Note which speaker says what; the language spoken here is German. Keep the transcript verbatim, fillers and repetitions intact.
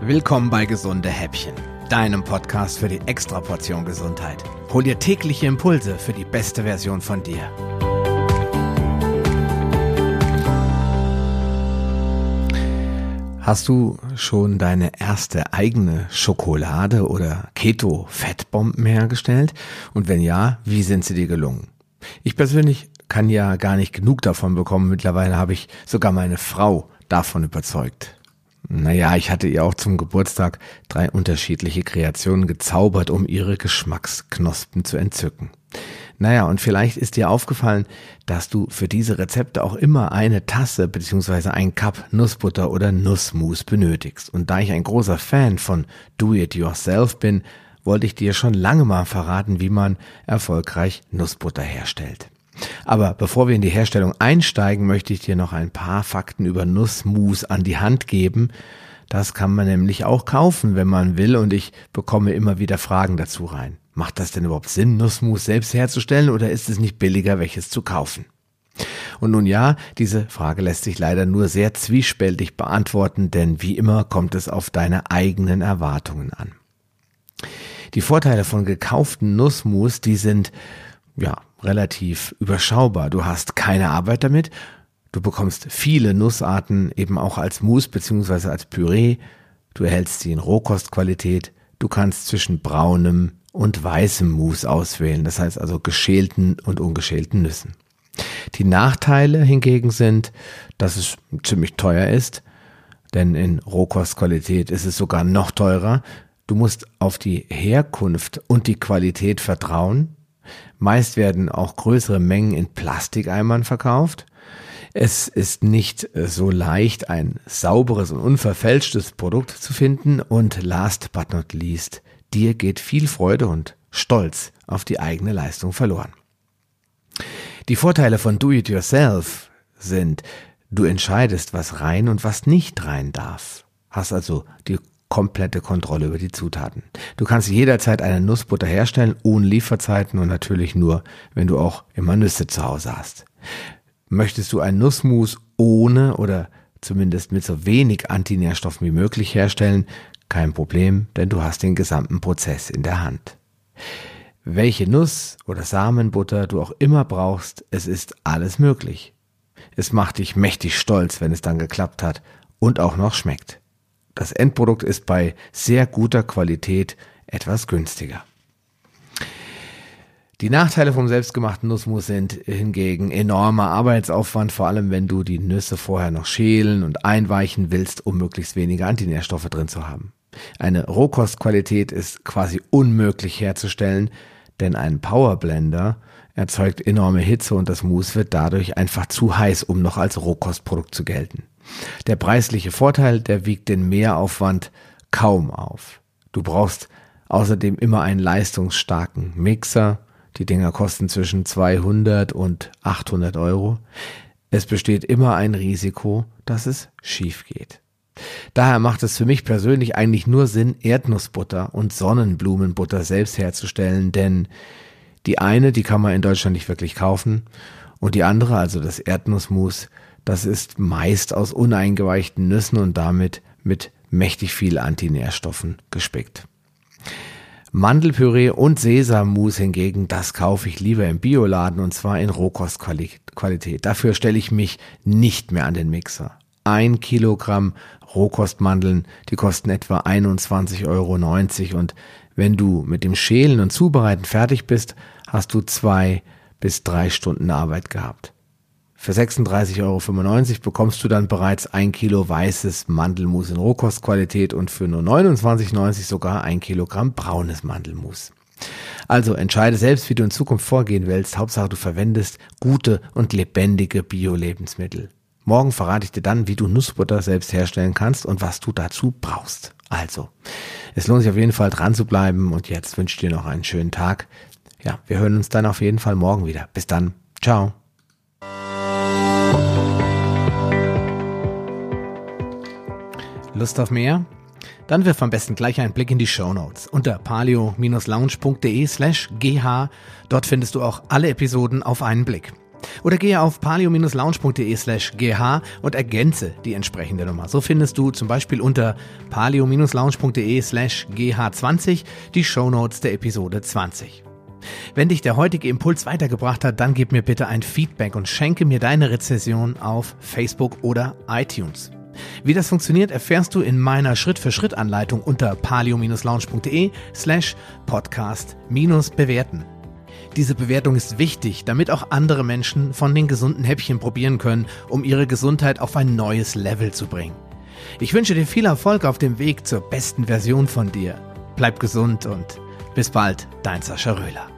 Speaker 1: Willkommen bei Gesunde Häppchen, deinem Podcast für die Extraportion Gesundheit. Hol dir tägliche Impulse für die beste Version von dir. Hast du schon deine erste eigene Schokolade oder Keto-Fettbomben hergestellt? Und wenn ja, wie sind sie dir gelungen? Ich persönlich kann ja gar nicht genug davon bekommen. Mittlerweile habe ich sogar meine Frau davon überzeugt. Naja, ich hatte ihr auch zum Geburtstag drei unterschiedliche Kreationen gezaubert, um ihre Geschmacksknospen zu entzücken. Naja, und vielleicht ist dir aufgefallen, dass du für diese Rezepte auch immer eine Tasse bzw. ein Cup Nussbutter oder Nussmus benötigst. Und da ich ein großer Fan von Do-it-yourself bin, wollte ich dir schon lange mal verraten, wie man erfolgreich Nussbutter herstellt. Aber bevor wir in die Herstellung einsteigen, möchte ich dir noch ein paar Fakten über Nussmus an die Hand geben. Das kann man nämlich auch kaufen, wenn man will, und ich bekomme immer wieder Fragen dazu rein. Macht das denn überhaupt Sinn, Nussmus selbst herzustellen, oder ist es nicht billiger, welches zu kaufen? Und nun ja, diese Frage lässt sich leider nur sehr zwiespältig beantworten, denn wie immer kommt es auf deine eigenen Erwartungen an. Die Vorteile von gekauften Nussmus, die sind, ja, relativ überschaubar. Du hast keine Arbeit damit, du bekommst viele Nussarten eben auch als Mus bzw. als Püree, du erhältst sie in Rohkostqualität, du kannst zwischen braunem und weißem Mus auswählen, das heißt also geschälten und ungeschälten Nüssen. Die Nachteile hingegen sind, dass es ziemlich teuer ist, denn in Rohkostqualität ist es sogar noch teurer. Du musst auf die Herkunft und die Qualität vertrauen. Meist werden auch größere Mengen in Plastikeimern verkauft. Es ist nicht so leicht, ein sauberes und unverfälschtes Produkt zu finden. Und last but not least, dir geht viel Freude und Stolz auf die eigene Leistung verloren. Die Vorteile von Do-it-yourself sind, du entscheidest, was rein und was nicht rein darf. Hast also die komplette Kontrolle über die Zutaten. Du kannst jederzeit eine Nussbutter herstellen, ohne Lieferzeiten und natürlich nur, wenn du auch immer Nüsse zu Hause hast. Möchtest du ein Nussmus ohne oder zumindest mit so wenig Antinährstoffen wie möglich herstellen, kein Problem, denn du hast den gesamten Prozess in der Hand. Welche Nuss- oder Samenbutter du auch immer brauchst, es ist alles möglich. Es macht dich mächtig stolz, wenn es dann geklappt hat und auch noch schmeckt. Das Endprodukt ist bei sehr guter Qualität etwas günstiger. Die Nachteile vom selbstgemachten Nussmus sind hingegen enormer Arbeitsaufwand, vor allem wenn du die Nüsse vorher noch schälen und einweichen willst, um möglichst wenige Antinährstoffe drin zu haben. Eine Rohkostqualität ist quasi unmöglich herzustellen, denn ein Powerblender erzeugt enorme Hitze und das Mus wird dadurch einfach zu heiß, um noch als Rohkostprodukt zu gelten. Der preisliche Vorteil, der wiegt den Mehraufwand kaum auf. Du brauchst außerdem immer einen leistungsstarken Mixer. Die Dinger kosten zwischen zweihundert und achthundert Euro. Es besteht immer ein Risiko, dass es schief geht. Daher macht es für mich persönlich eigentlich nur Sinn, Erdnussbutter und Sonnenblumenbutter selbst herzustellen, denn die eine, die kann man in Deutschland nicht wirklich kaufen, und die andere, also das Erdnussmus, das ist meist aus uneingeweichten Nüssen und damit mit mächtig viel Antinährstoffen gespickt. Mandelpüree und Sesammus hingegen, das kaufe ich lieber im Bioladen und zwar in Rohkostqualität. Dafür stelle ich mich nicht mehr an den Mixer. Ein Kilogramm Rohkostmandeln, die kosten etwa einundzwanzig Euro neunzig und wenn du mit dem Schälen und Zubereiten fertig bist, hast du zwei bis drei Stunden Arbeit gehabt. Für sechsunddreißig Euro fünfundneunzig bekommst du dann bereits ein Kilo weißes Mandelmus in Rohkostqualität und für nur neunundzwanzig neunzig sogar ein Kilogramm braunes Mandelmus. Also entscheide selbst, wie du in Zukunft vorgehen willst. Hauptsache, du verwendest gute und lebendige Bio-Lebensmittel. Morgen verrate ich dir dann, wie du Nussbutter selbst herstellen kannst und was du dazu brauchst. Also, es lohnt sich auf jeden Fall dran zu bleiben und jetzt wünsche ich dir noch einen schönen Tag. Ja, wir hören uns dann auf jeden Fall morgen wieder. Bis dann. Ciao. Lust auf mehr? Dann wirf am besten gleich einen Blick in die Shownotes unter paleo-lounge.de slash gh. Dort findest du auch alle Episoden auf einen Blick. Oder gehe auf paleo-lounge.de slash gh und ergänze die entsprechende Nummer. So findest du zum Beispiel unter paleo-lounge.de slash gh20 die Shownotes der Episode zwanzig. Wenn dich der heutige Impuls weitergebracht hat, dann gib mir bitte ein Feedback und schenke mir deine Rezension auf Facebook oder iTunes. Wie das funktioniert, erfährst du in meiner Schritt-für-Schritt-Anleitung unter paleo-lounge.de slash podcast minus bewerten. Diese Bewertung ist wichtig, damit auch andere Menschen von den gesunden Häppchen probieren können, um ihre Gesundheit auf ein neues Level zu bringen. Ich wünsche dir viel Erfolg auf dem Weg zur besten Version von dir. Bleib gesund und bis bald, dein Sascha Röhler.